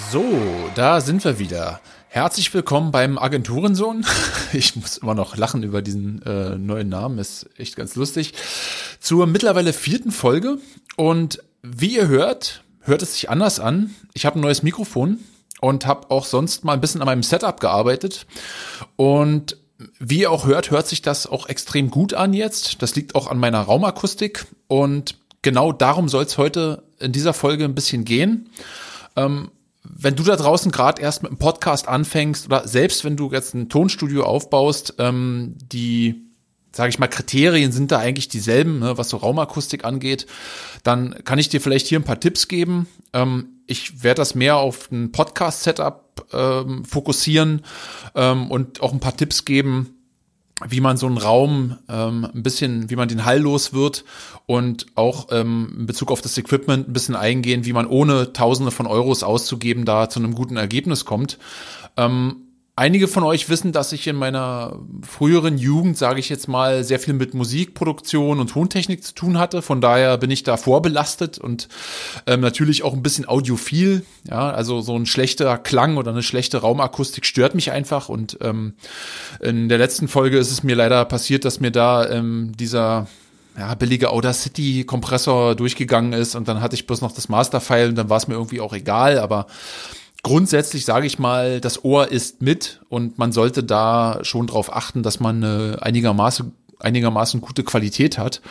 So, da sind wir wieder. Herzlich willkommen beim Agenturensohn. Ich muss immer noch lachen über diesen neuen Namen, ist echt ganz lustig. Zur mittlerweile 4. Folge. Und wie ihr hört es sich anders an. Ich habe ein neues Mikrofon und habe auch sonst mal ein bisschen an meinem Setup gearbeitet. Und wie ihr auch hört sich das auch extrem gut an jetzt. Das liegt auch an meiner Raumakustik. Und genau darum soll es heute in dieser Folge ein bisschen gehen. Wenn du da draußen gerade erst mit einem Podcast anfängst oder selbst wenn du jetzt ein Tonstudio aufbaust, die, sage ich mal, Kriterien sind da eigentlich dieselben, ne, was so Raumakustik angeht, dann kann ich dir vielleicht hier ein paar Tipps geben. Ich werde das mehr auf ein Podcast-Setup fokussieren und auch ein paar Tipps geben, wie man so einen Raum ein bisschen, wie man den Hall los wird und auch in Bezug auf das Equipment ein bisschen eingehen, wie man ohne Tausende von Euros auszugeben da zu einem guten Ergebnis kommt. Einige von euch wissen, dass ich in meiner früheren Jugend, sage ich jetzt mal, sehr viel mit Musikproduktion und Tontechnik zu tun hatte. Von daher bin ich da vorbelastet und natürlich auch ein bisschen audiophil. Ja, also so ein schlechter Klang oder eine schlechte Raumakustik stört mich einfach. Und in der letzten Folge ist es mir leider passiert, dass mir da dieser billige Audacity-Kompressor durchgegangen ist und dann hatte ich bloß noch das Masterfile und dann war es mir irgendwie auch egal, aber grundsätzlich sage ich mal, das Ohr ist mit und man sollte da schon drauf achten, dass man eine einigermaßen gute Qualität hat.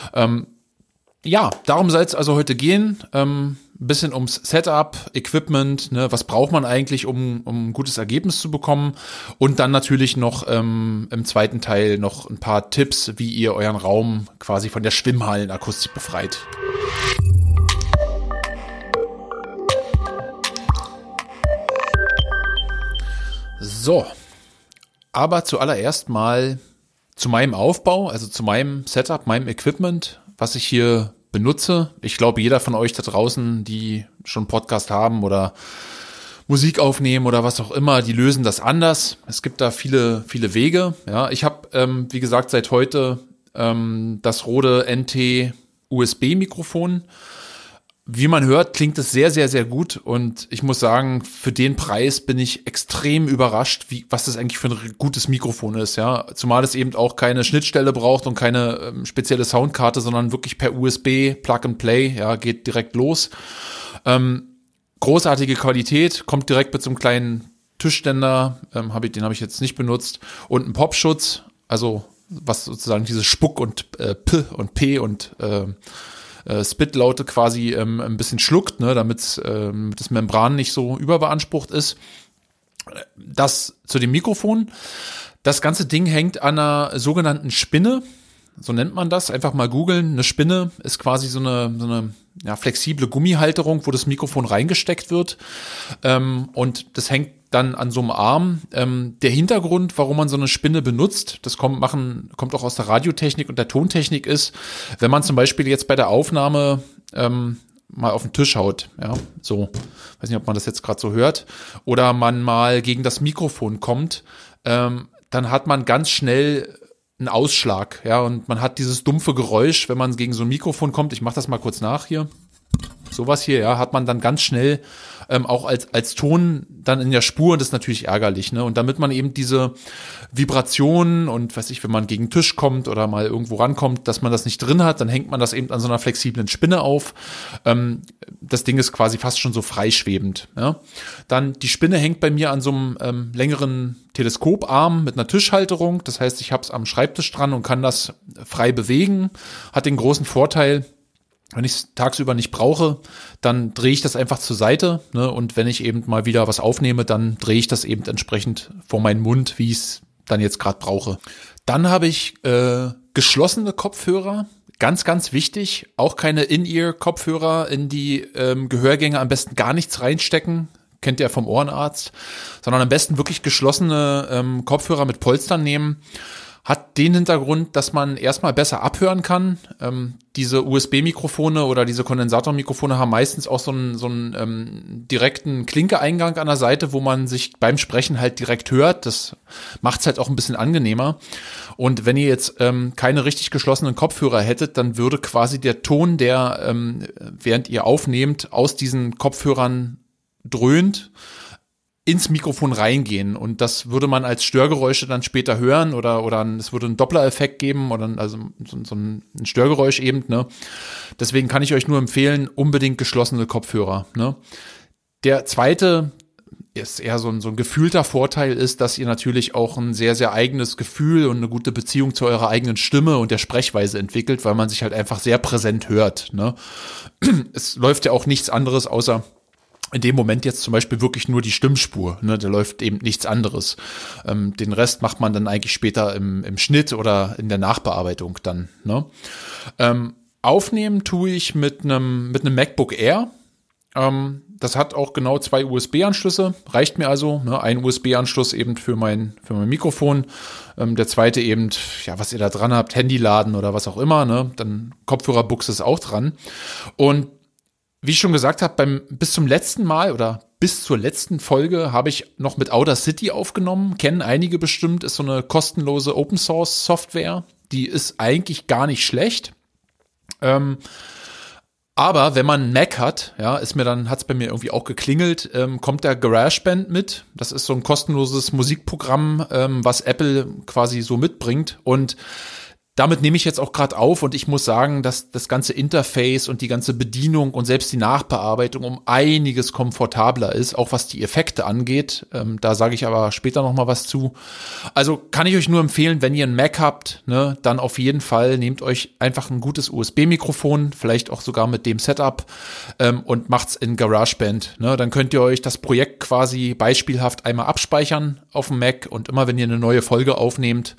Darum soll es also heute gehen. Ein bisschen ums Setup, Equipment, ne, was braucht man eigentlich, um ein gutes Ergebnis zu bekommen und dann natürlich noch im zweiten Teil noch ein paar Tipps, wie ihr euren Raum quasi von der Schwimmhallenakustik befreit. So, aber zuallererst mal zu meinem Aufbau, also zu meinem Setup, meinem Equipment, was ich hier benutze. Ich glaube, jeder von euch da draußen, die schon einen Podcast haben oder Musik aufnehmen oder was auch immer, die lösen das anders. Es gibt da viele, viele Wege. Ja, ich habe, wie gesagt, seit heute das Rode NT USB-Mikrofon. Wie man hört, klingt es sehr, sehr, sehr gut und ich muss sagen, für den Preis bin ich extrem überrascht, was das eigentlich für ein gutes Mikrofon ist, ja. Zumal es eben auch keine Schnittstelle braucht und keine spezielle Soundkarte, sondern wirklich per USB, Plug and Play, ja, geht direkt los. Großartige Qualität, kommt direkt mit so einem kleinen Tischständer, den habe ich jetzt nicht benutzt und einen Popschutz, also was sozusagen diese Spuck und P und P und Spit-Laute quasi ein bisschen schluckt, ne, damit das Membran nicht so überbeansprucht ist. Das zu dem Mikrofon. Das ganze Ding hängt an einer sogenannten Spinne. So nennt man das. Einfach mal googeln. Eine Spinne ist quasi so eine flexible Gummihalterung, wo das Mikrofon reingesteckt wird. Und das hängt dann an so einem Arm. Der Hintergrund, warum man so eine Spinne benutzt, das kommt auch aus der Radiotechnik und der Tontechnik ist, wenn man zum Beispiel jetzt bei der Aufnahme mal auf den Tisch haut, ja, so, weiß nicht, ob man das jetzt gerade so hört, oder man mal gegen das Mikrofon kommt, dann hat man ganz schnell einen Ausschlag, ja, und man hat dieses dumpfe Geräusch, wenn man gegen so ein Mikrofon kommt, ich mache das mal kurz nach hier, sowas hier, ja, hat man dann ganz schnell auch als Ton dann in der Spur und das ist natürlich ärgerlich, ne? Und damit man eben diese Vibrationen und wenn man gegen den Tisch kommt oder mal irgendwo rankommt, dass man das nicht drin hat, dann hängt man das eben an so einer flexiblen Spinne auf. Das Ding ist quasi fast schon so freischwebend, ja? Dann die Spinne hängt bei mir an so einem längeren Teleskoparm mit einer Tischhalterung. Das heißt, ich habe es am Schreibtisch dran und kann das frei bewegen. Hat den großen Vorteil, wenn ich es tagsüber nicht brauche, dann drehe ich das einfach zur Seite, ne? Und wenn ich eben mal wieder was aufnehme, dann drehe ich das eben entsprechend vor meinen Mund, wie ich es dann jetzt gerade brauche. Dann habe ich geschlossene Kopfhörer, ganz, ganz wichtig, auch keine In-Ear-Kopfhörer in die Gehörgänge, am besten gar nichts reinstecken, kennt ihr vom Ohrenarzt, sondern am besten wirklich geschlossene Kopfhörer mit Polstern nehmen. Hat den Hintergrund, dass man erstmal besser abhören kann. Diese USB-Mikrofone oder diese Kondensatormikrofone haben meistens auch so einen direkten Klinke-Eingang an der Seite, wo man sich beim Sprechen halt direkt hört. Das macht es halt auch ein bisschen angenehmer. Und wenn ihr jetzt keine richtig geschlossenen Kopfhörer hättet, dann würde quasi der Ton, der während ihr aufnehmt, aus diesen Kopfhörern dröhnt, ins Mikrofon reingehen und das würde man als Störgeräusche dann später hören oder es würde einen Doppler-Effekt geben oder also so ein Störgeräusch eben, ne? Deswegen kann ich euch nur empfehlen, unbedingt geschlossene Kopfhörer, ne? Der zweite ist eher so ein gefühlter Vorteil ist, dass ihr natürlich auch ein sehr, sehr eigenes Gefühl und eine gute Beziehung zu eurer eigenen Stimme und der Sprechweise entwickelt, weil man sich halt einfach sehr präsent hört, ne? Es läuft ja auch nichts anderes außer in dem Moment jetzt zum Beispiel wirklich nur die Stimmspur, ne, da läuft eben nichts anderes. Den Rest macht man dann eigentlich später im Schnitt oder in der Nachbearbeitung dann, ne. Aufnehmen tue ich mit einem MacBook Air. Das hat auch genau 2 USB-Anschlüsse, reicht mir also, ne, ein USB-Anschluss eben für mein Mikrofon, der zweite eben, ja, was ihr da dran habt, Handy laden oder was auch immer, ne, dann Kopfhörerbuchse ist auch dran und wie ich schon gesagt habe, bis zum letzten Mal oder bis zur letzten Folge habe ich noch mit Audacity aufgenommen. Kennen einige bestimmt, ist so eine kostenlose Open-Source-Software. Die ist eigentlich gar nicht schlecht. Aber wenn man einen Mac hat, ja, hat's bei mir irgendwie auch geklingelt, kommt der GarageBand mit. Das ist so ein kostenloses Musikprogramm, was Apple quasi so mitbringt und damit nehme ich jetzt auch gerade auf und ich muss sagen, dass das ganze Interface und die ganze Bedienung und selbst die Nachbearbeitung um einiges komfortabler ist, auch was die Effekte angeht. Da sage ich aber später noch mal was zu. Also kann ich euch nur empfehlen, wenn ihr einen Mac habt, ne, dann auf jeden Fall nehmt euch einfach ein gutes USB-Mikrofon, vielleicht auch sogar mit dem Setup und macht's in GarageBand. Ne, dann könnt ihr euch das Projekt quasi beispielhaft einmal abspeichern auf dem Mac und immer wenn ihr eine neue Folge aufnehmt,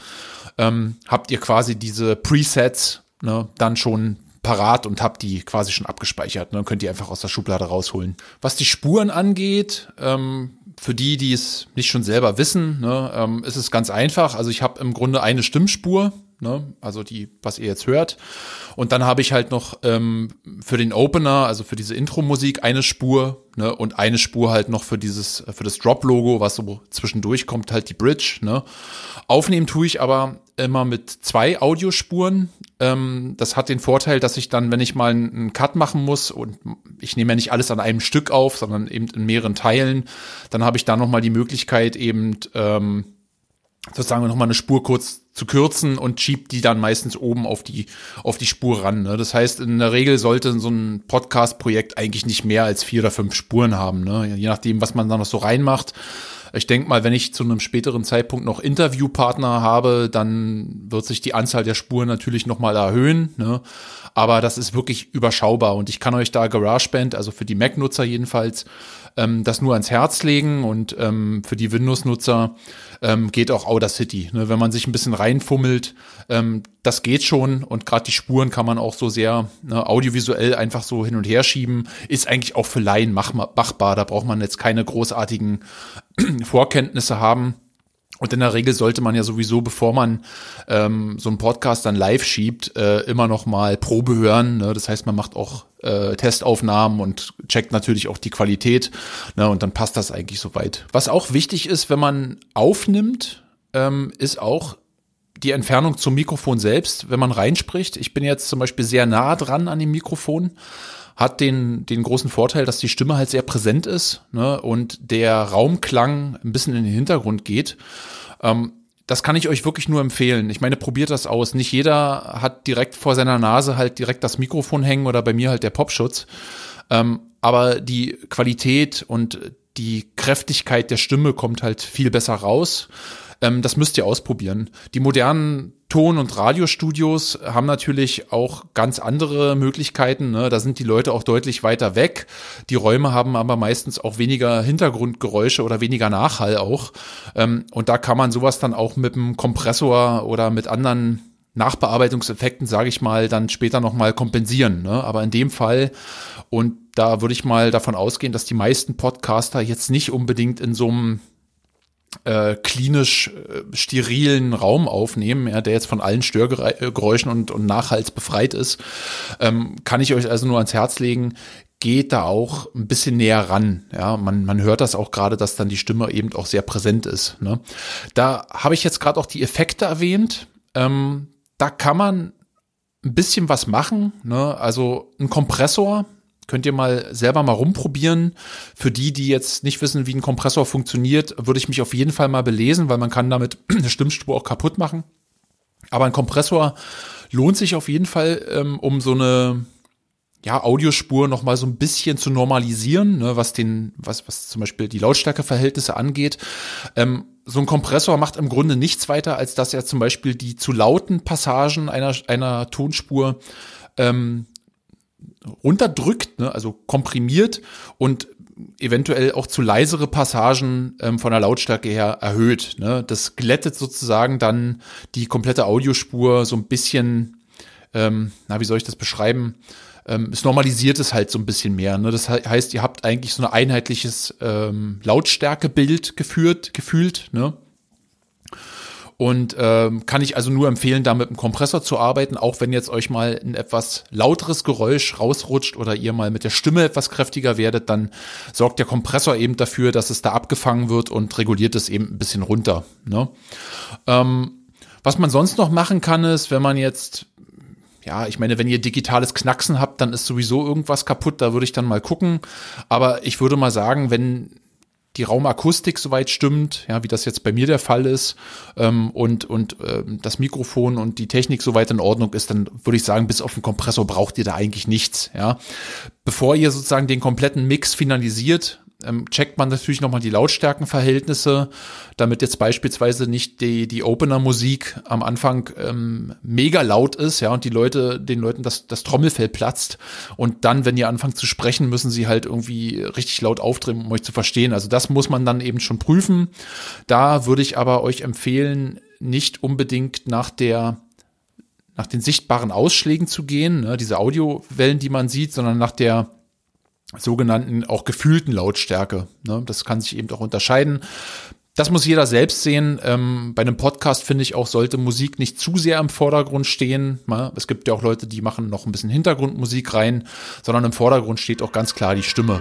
habt ihr quasi diese Presets, ne, dann schon parat und habt die quasi schon abgespeichert. Ne, könnt ihr einfach aus der Schublade rausholen. Was die Spuren angeht, für die es nicht schon selber wissen, ne, ist es ganz einfach. Also ich habe im Grunde eine Stimmspur, ne, also die, was ihr jetzt hört. Und dann habe ich halt noch für den Opener, also für diese Intro-Musik, eine Spur, ne, und eine Spur halt noch für das Drop-Logo, was so zwischendurch kommt, halt die Bridge, ne. Aufnehmen tue ich aber immer mit 2 Audiospuren. Das hat den Vorteil, dass ich dann, wenn ich mal einen Cut machen muss und ich nehme ja nicht alles an einem Stück auf, sondern eben in mehreren Teilen, dann habe ich da noch mal die Möglichkeit eben sozusagen noch mal eine Spur kurz zu kürzen und schiebt die dann meistens oben auf die Spur ran. Ne? Das heißt, in der Regel sollte so ein Podcast-Projekt eigentlich nicht mehr als 4 oder 5 Spuren haben. Ne? Je nachdem, was man da noch so reinmacht. Ich denke mal, wenn ich zu einem späteren Zeitpunkt noch Interviewpartner habe, dann wird sich die Anzahl der Spuren natürlich noch mal erhöhen. Ne? Aber das ist wirklich überschaubar und ich kann euch da GarageBand, also für die Mac-Nutzer jedenfalls, das nur ans Herz legen und für die Windows-Nutzer geht auch Audacity. Ne? Wenn man sich ein bisschen reinfummelt, das geht schon und gerade die Spuren kann man auch so sehr audiovisuell einfach so hin und her schieben. Ist eigentlich auch für Laien machbar. Da braucht man jetzt keine großartigen Vorkenntnisse haben. Und in der Regel sollte man ja sowieso, bevor man so einen Podcast dann live schiebt, immer noch mal Probe hören. Ne? Das heißt, man macht auch Testaufnahmen und checkt natürlich auch die Qualität. Ne? Und dann passt das eigentlich soweit. Was auch wichtig ist, wenn man aufnimmt, ist auch die Entfernung zum Mikrofon selbst, wenn man reinspricht. Ich bin jetzt zum Beispiel sehr nah dran an dem Mikrofon. Hat den großen Vorteil, dass die Stimme halt sehr präsent ist, ne, und der Raumklang ein bisschen in den Hintergrund geht. Das kann ich euch wirklich nur empfehlen. Ich meine, probiert das aus. Nicht jeder hat direkt vor seiner Nase halt direkt das Mikrofon hängen oder bei mir halt der Popschutz. Aber die Qualität und die Kräftigkeit der Stimme kommt halt viel besser raus. Das müsst ihr ausprobieren. Die modernen Ton- und Radiostudios haben natürlich auch ganz andere Möglichkeiten. Ne? Da sind die Leute auch deutlich weiter weg. Die Räume haben aber meistens auch weniger Hintergrundgeräusche oder weniger Nachhall auch. Und da kann man sowas dann auch mit einem Kompressor oder mit anderen Nachbearbeitungseffekten, sage ich mal, dann später nochmal kompensieren. Ne? Aber in dem Fall, und da würde ich mal davon ausgehen, dass die meisten Podcaster jetzt nicht unbedingt in so einem klinisch sterilen Raum aufnehmen, ja, der jetzt von allen Störgeräuschen und Nachhalls befreit ist, kann ich euch also nur ans Herz legen, geht da auch ein bisschen näher ran. Ja, man hört das auch gerade, dass dann die Stimme eben auch sehr präsent ist. Ne? Da habe ich jetzt gerade auch die Effekte erwähnt. Da kann man ein bisschen was machen. Ne? Also ein Kompressor Könnt ihr mal selber mal rumprobieren. Für die jetzt nicht wissen, wie ein Kompressor funktioniert, würde ich mich auf jeden Fall mal belesen, weil man kann damit eine Stimmspur auch kaputt machen. Aber ein Kompressor lohnt sich auf jeden Fall, um so eine Audiospur noch mal so ein bisschen zu normalisieren, ne, was zum Beispiel die Lautstärkeverhältnisse angeht. So ein Kompressor macht im Grunde nichts weiter, als dass er zum Beispiel die zu lauten Passagen einer Tonspur runterdrückt, ne, also komprimiert und eventuell auch zu leisere Passagen von der Lautstärke her erhöht. Ne. Das glättet sozusagen dann die komplette Audiospur so ein bisschen, wie soll ich das beschreiben? Es normalisiert es halt so ein bisschen mehr. Ne? Das heißt, ihr habt eigentlich so ein einheitliches Lautstärkebild gefühlt. Ne? Und kann ich also nur empfehlen, da mit einem Kompressor zu arbeiten, auch wenn jetzt euch mal ein etwas lauteres Geräusch rausrutscht oder ihr mal mit der Stimme etwas kräftiger werdet, dann sorgt der Kompressor eben dafür, dass es da abgefangen wird und reguliert es eben ein bisschen runter. Ne? Was man sonst noch machen kann, ist, wenn man jetzt ich meine, wenn ihr digitales Knacksen habt, dann ist sowieso irgendwas kaputt, da würde ich dann mal gucken. Aber ich würde mal sagen, wenn die Raumakustik soweit stimmt, wie das jetzt bei mir der Fall ist, und das Mikrofon und die Technik soweit in Ordnung ist, dann würde ich sagen, bis auf den Kompressor braucht ihr da eigentlich nichts. Ja. Bevor ihr sozusagen den kompletten Mix finalisiert, checkt man natürlich nochmal die Lautstärkenverhältnisse, damit jetzt beispielsweise nicht die Opener-Musik am Anfang mega laut ist, und den Leuten das Trommelfell platzt und dann, wenn ihr anfangt zu sprechen, müssen sie halt irgendwie richtig laut aufdrehen, um euch zu verstehen. Also das muss man dann eben schon prüfen. Da würde ich aber euch empfehlen, nicht unbedingt nach den sichtbaren Ausschlägen zu gehen, ne, diese Audiowellen, die man sieht, sondern nach der sogenannten auch gefühlten Lautstärke. Ne? Das kann sich eben auch unterscheiden. Das muss jeder selbst sehen. Bei einem Podcast, finde ich auch, sollte Musik nicht zu sehr im Vordergrund stehen. Ne? Es gibt ja auch Leute, die machen noch ein bisschen Hintergrundmusik rein, sondern im Vordergrund steht auch ganz klar die Stimme.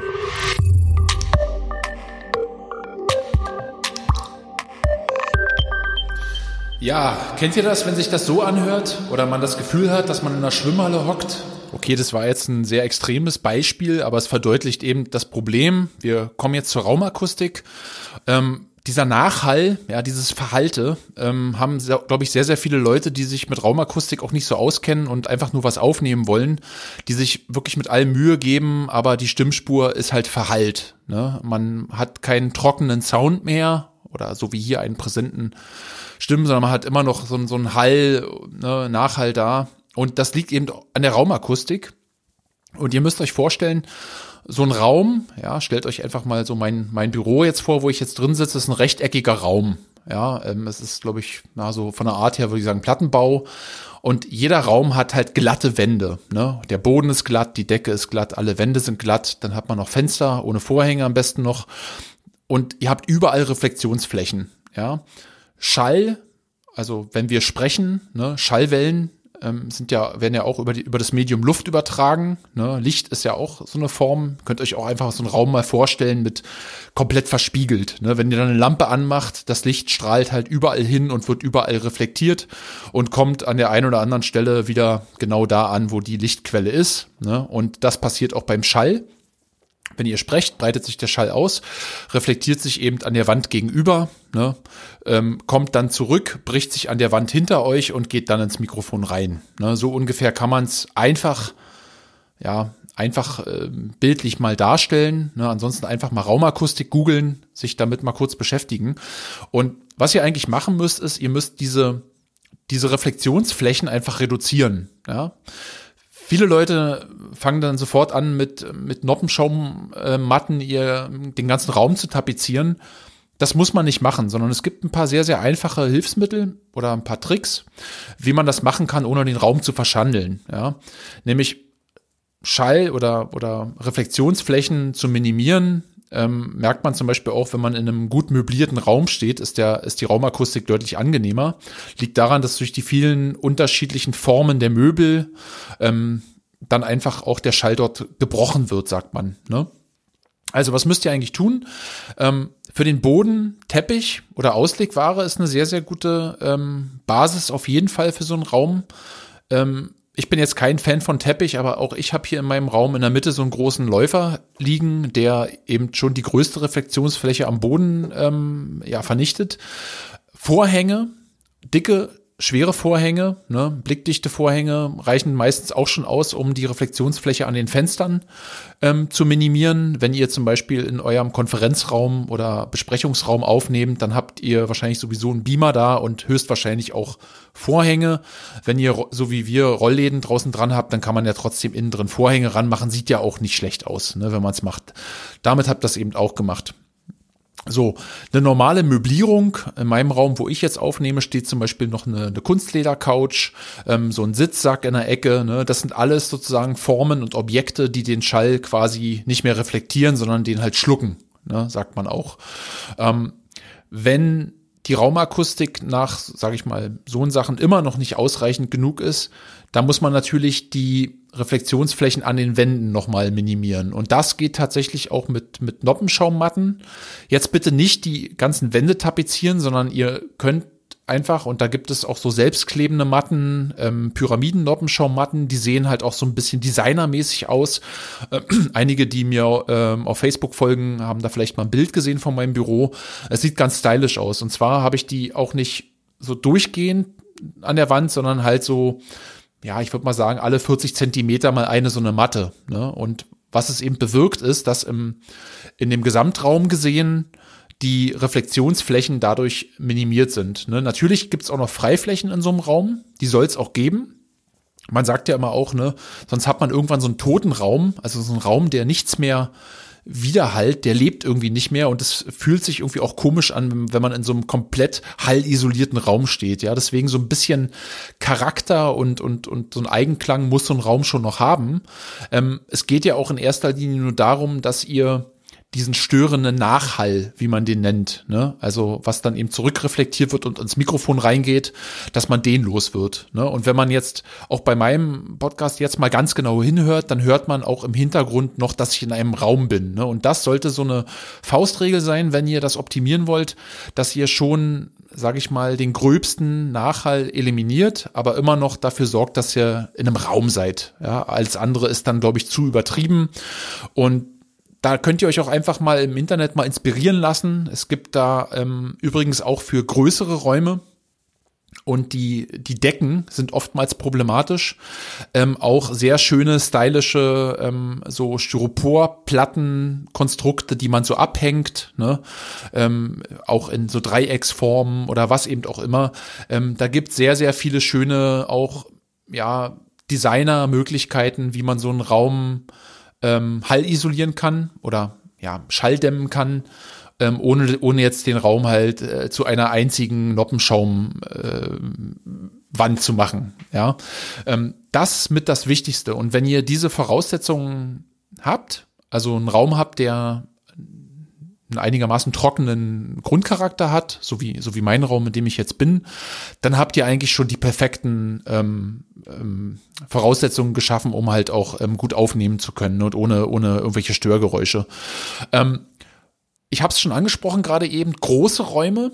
Ja, kennt ihr das, wenn sich das so anhört oder man das Gefühl hat, dass man in einer Schwimmhalle hockt? Okay, das war jetzt ein sehr extremes Beispiel, aber es verdeutlicht eben das Problem. Wir kommen jetzt zur Raumakustik. Dieser Nachhall, dieses Verhallte, haben, glaube ich, sehr, sehr viele Leute, die sich mit Raumakustik auch nicht so auskennen und einfach nur was aufnehmen wollen, die sich wirklich mit allem Mühe geben, aber die Stimmspur ist halt verhallt. Ne? Man hat keinen trockenen Sound mehr oder so wie hier einen präsenten Stimmen, sondern man hat immer noch so einen Hall, ne, Nachhall da. Und das liegt eben an der Raumakustik. Und ihr müsst euch vorstellen, so ein Raum, stellt euch einfach mal so mein Büro jetzt vor, wo ich jetzt drin sitze, ist ein rechteckiger Raum. Es ist, glaube ich, so von der Art her würde ich sagen Plattenbau. Und jeder Raum hat halt glatte Wände. Ne? Der Boden ist glatt, die Decke ist glatt, alle Wände sind glatt. Dann hat man noch Fenster, ohne Vorhänge am besten noch. Und ihr habt überall Reflexionsflächen. Ja? Schall, also wenn wir sprechen, ne, Schallwellen werden ja auch über das Medium Luft übertragen. Ne? Licht ist ja auch so eine Form. Könnt euch auch einfach so einen Raum mal vorstellen mit komplett verspiegelt. Ne? Wenn ihr dann eine Lampe anmacht, das Licht strahlt halt überall hin und wird überall reflektiert und kommt an der einen oder anderen Stelle wieder genau da an, wo die Lichtquelle ist. Ne? Und das passiert auch beim Schall. Wenn ihr sprecht, breitet sich der Schall aus, reflektiert sich eben an der Wand gegenüber, ne, kommt dann zurück, bricht sich an der Wand hinter euch und geht dann ins Mikrofon rein. Ne, so ungefähr kann man es einfach bildlich mal darstellen. Ne, ansonsten einfach mal Raumakustik googeln, sich damit mal kurz beschäftigen. Und was ihr eigentlich machen müsst, ist, ihr müsst diese Reflexionsflächen einfach reduzieren. Ja. Viele Leute fangen dann sofort an, mit Noppenschaummatten den ganzen Raum zu tapezieren. Das muss man nicht machen, sondern es gibt ein paar sehr, sehr einfache Hilfsmittel oder ein paar Tricks, wie man das machen kann, ohne den Raum zu verschandeln. Ja? Nämlich Schall- oder Reflexionsflächen zu minimieren, merkt man zum Beispiel auch, wenn man in einem gut möblierten Raum steht, ist die Raumakustik deutlich angenehmer. Liegt daran, dass durch die vielen unterschiedlichen Formen der Möbel dann einfach auch der Schall dort gebrochen wird, sagt man. Ne? Also was müsst ihr eigentlich tun? Für den Boden Teppich oder Auslegware ist eine sehr, sehr gute Basis auf jeden Fall für so einen Raum. ich bin jetzt kein Fan von Teppich, aber auch ich habe hier in meinem Raum in der Mitte so einen großen Läufer liegen, der eben schon die größte Reflexionsfläche am Boden vernichtet. Vorhänge, dicke, schwere Vorhänge, ne, blickdichte Vorhänge reichen meistens auch schon aus, um die Reflexionsfläche an den Fenstern zu minimieren. Wenn ihr zum Beispiel in eurem Konferenzraum oder Besprechungsraum aufnehmt, dann habt ihr wahrscheinlich sowieso einen Beamer da und höchstwahrscheinlich auch Vorhänge. Wenn ihr, so wie wir, Rollläden draußen dran habt, dann kann man ja trotzdem innen drin Vorhänge ranmachen. Sieht ja auch nicht schlecht aus, ne, wenn man es macht. Damit habt ihr das eben auch gemacht. So, eine normale Möblierung. In meinem Raum, wo ich jetzt aufnehme, steht zum Beispiel noch eine Kunstleder-Couch, so ein Sitzsack in der Ecke. Ne? Das sind alles sozusagen Formen und Objekte, die den Schall quasi nicht mehr reflektieren, sondern den halt schlucken, ne? Sagt man auch. Wenn die Raumakustik nach, sage ich mal, so Sachen immer noch nicht ausreichend genug ist, da muss man natürlich die Reflexionsflächen an den Wänden nochmal minimieren. Und das geht tatsächlich auch mit Noppenschaummatten. Jetzt bitte nicht die ganzen Wände tapezieren, sondern ihr könnt einfach, und da gibt es auch so selbstklebende Matten, Pyramiden-Noppenschaummatten, die sehen halt auch so ein bisschen designermäßig aus. Einige, die mir auf Facebook folgen, haben da vielleicht mal ein Bild gesehen von meinem Büro. Es sieht ganz stylisch aus. Und zwar habe ich die auch nicht so durchgehend an der Wand, sondern halt so, ja, ich würde mal sagen, alle 40 Zentimeter mal eine so eine Matte. Ne? Und was es eben bewirkt ist, dass in dem Gesamtraum gesehen die Reflexionsflächen dadurch minimiert sind. Ne? Natürlich gibt's auch noch Freiflächen in so einem Raum, die soll es auch geben. Man sagt ja immer auch, ne, sonst hat man irgendwann so einen toten Raum, also so einen Raum, der nichts mehr widerhallt, der lebt irgendwie nicht mehr und es fühlt sich irgendwie auch komisch an, wenn man in so einem komplett hallisolierten Raum steht. Ja, deswegen so ein bisschen Charakter und so ein Eigenklang muss so ein Raum schon noch haben. Es geht ja auch in erster Linie nur darum, dass ihr diesen störenden Nachhall, wie man den nennt, ne? Also was dann eben zurückreflektiert wird und ins Mikrofon reingeht, dass man den los wird. Ne? Und wenn man jetzt auch bei meinem Podcast jetzt mal ganz genau hinhört, dann hört man auch im Hintergrund noch, dass ich in einem Raum bin. Ne? Und das sollte so eine Faustregel sein, wenn ihr das optimieren wollt, dass ihr schon, sage ich mal, den gröbsten Nachhall eliminiert, aber immer noch dafür sorgt, dass ihr in einem Raum seid. Ja? Alles andere ist dann, glaube ich, zu übertrieben. Und da könnt ihr euch auch einfach mal im Internet mal inspirieren lassen. Es gibt da übrigens auch für größere Räume und die Decken sind oftmals problematisch. Auch sehr schöne, stylische so Styroporplattenkonstrukte, die man so abhängt, ne? Auch in so Dreiecksformen oder was eben auch immer. Da gibt es sehr, sehr viele schöne auch ja Designermöglichkeiten, wie man so einen Raum Hall isolieren kann oder ja Schall dämmen kann, ohne jetzt den Raum halt zu einer einzigen Noppenschaumwand zu machen. Ja, das mit das Wichtigste. Und wenn ihr diese Voraussetzungen habt, also einen Raum habt, der einen einigermaßen trockenen Grundcharakter hat, so wie mein Raum, in dem ich jetzt bin, dann habt ihr eigentlich schon die perfekten Voraussetzungen geschaffen, um halt auch gut aufnehmen zu können und ohne irgendwelche Störgeräusche. Ich habe es schon angesprochen, gerade eben große Räume.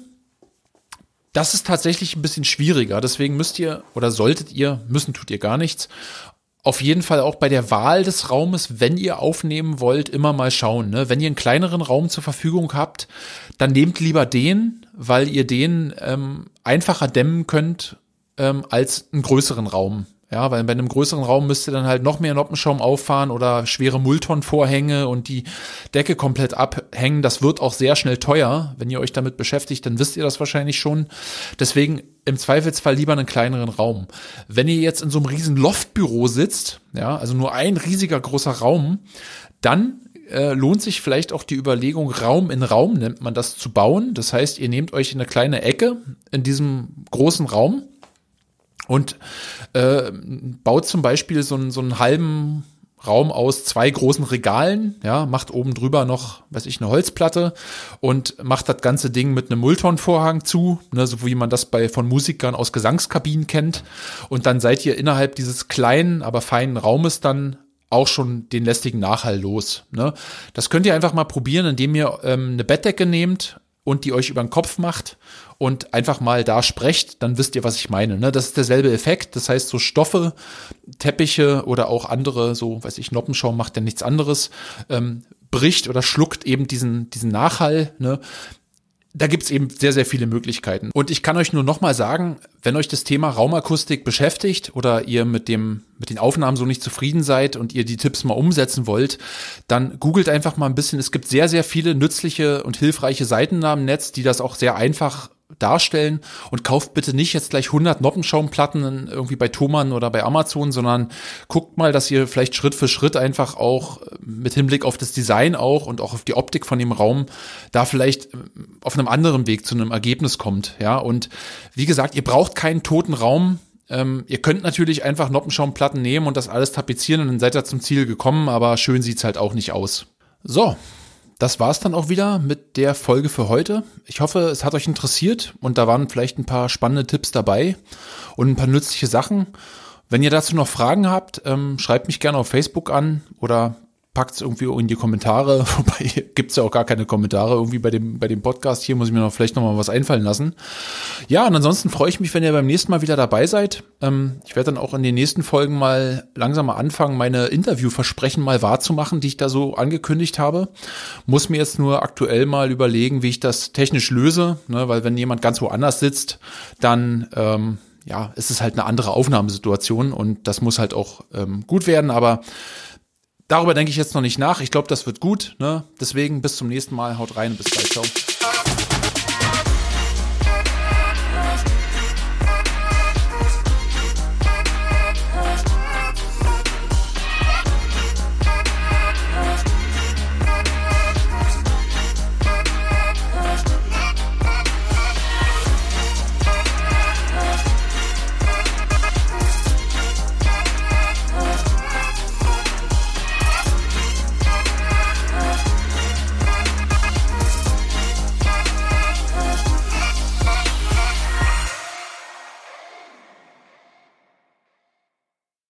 Das ist tatsächlich ein bisschen schwieriger. Deswegen müsst ihr oder solltet ihr, müssen tut ihr gar nichts, auf jeden Fall auch bei der Wahl des Raumes, wenn ihr aufnehmen wollt, immer mal schauen. Ne? Wenn ihr einen kleineren Raum zur Verfügung habt, dann nehmt lieber den, weil ihr den einfacher dämmen könnt als einen größeren Raum. Ja, weil bei einem größeren Raum müsst ihr dann halt noch mehr Noppenschaum auffahren oder schwere Mulltonvorhänge und die Decke komplett abhängen. Das wird auch sehr schnell teuer. Wenn ihr euch damit beschäftigt, dann wisst ihr das wahrscheinlich schon. Deswegen im Zweifelsfall lieber einen kleineren Raum. Wenn ihr jetzt in so einem riesen Loftbüro sitzt, ja, also nur ein riesiger großer Raum, dann lohnt sich vielleicht auch die Überlegung, Raum in Raum nennt man das, zu bauen. Das heißt, ihr nehmt euch eine kleine Ecke in diesem großen Raum und baut zum Beispiel so einen halben Raum aus 2 großen Regalen, ja, macht oben drüber noch, weiß ich, eine Holzplatte und macht das ganze Ding mit einem Mulltonvorhang zu, ne, so wie man das von Musikern aus Gesangskabinen kennt. Und dann seid ihr innerhalb dieses kleinen, aber feinen Raumes dann auch schon den lästigen Nachhall los. Ne? Das könnt ihr einfach mal probieren, indem ihr eine Bettdecke nehmt, und die euch über den Kopf macht und einfach mal da sprecht, dann wisst ihr, was ich meine. Ne? Das ist derselbe Effekt. Das heißt, so Stoffe, Teppiche oder auch andere, so weiß ich, Noppenschaum macht ja nichts anderes, bricht oder schluckt eben diesen Nachhall, ne? Da gibt's eben sehr, sehr viele Möglichkeiten. Und ich kann euch nur noch mal sagen, wenn euch das Thema Raumakustik beschäftigt oder ihr mit den Aufnahmen so nicht zufrieden seid und ihr die Tipps mal umsetzen wollt, dann googelt einfach mal ein bisschen. Es gibt sehr, sehr viele nützliche und hilfreiche Seiten im Netz, die das auch sehr einfach darstellen, und kauft bitte nicht jetzt gleich 100 Noppenschaumplatten irgendwie bei Thomann oder bei Amazon, sondern guckt mal, dass ihr vielleicht Schritt für Schritt einfach auch mit Hinblick auf das Design auch und auch auf die Optik von dem Raum da vielleicht auf einem anderen Weg zu einem Ergebnis kommt, ja. Und wie gesagt, ihr braucht keinen toten Raum. Ihr könnt natürlich einfach Noppenschaumplatten nehmen und das alles tapezieren und dann seid ihr zum Ziel gekommen, aber schön sieht's halt auch nicht aus. So. Das war's dann auch wieder mit der Folge für heute. Ich hoffe, es hat euch interessiert und da waren vielleicht ein paar spannende Tipps dabei und ein paar nützliche Sachen. Wenn ihr dazu noch Fragen habt, schreibt mich gerne auf Facebook an oder packt es irgendwie in die Kommentare. Wobei gibt's ja auch gar keine Kommentare irgendwie bei dem Podcast. Hier muss ich mir vielleicht noch mal was einfallen lassen. Ja, und ansonsten freue ich mich, wenn ihr beim nächsten Mal wieder dabei seid. Ich werde dann auch in den nächsten Folgen mal langsam mal anfangen, meine Interviewversprechen mal wahrzumachen, die ich da so angekündigt habe. Muss mir jetzt nur aktuell mal überlegen, wie ich das technisch löse, ne? Weil wenn jemand ganz woanders sitzt, dann ist es halt eine andere Aufnahmesituation und das muss halt auch gut werden, aber darüber denke ich jetzt noch nicht nach. Ich glaube, das wird gut, ne? Deswegen bis zum nächsten Mal. Haut rein und bis bald. Ciao.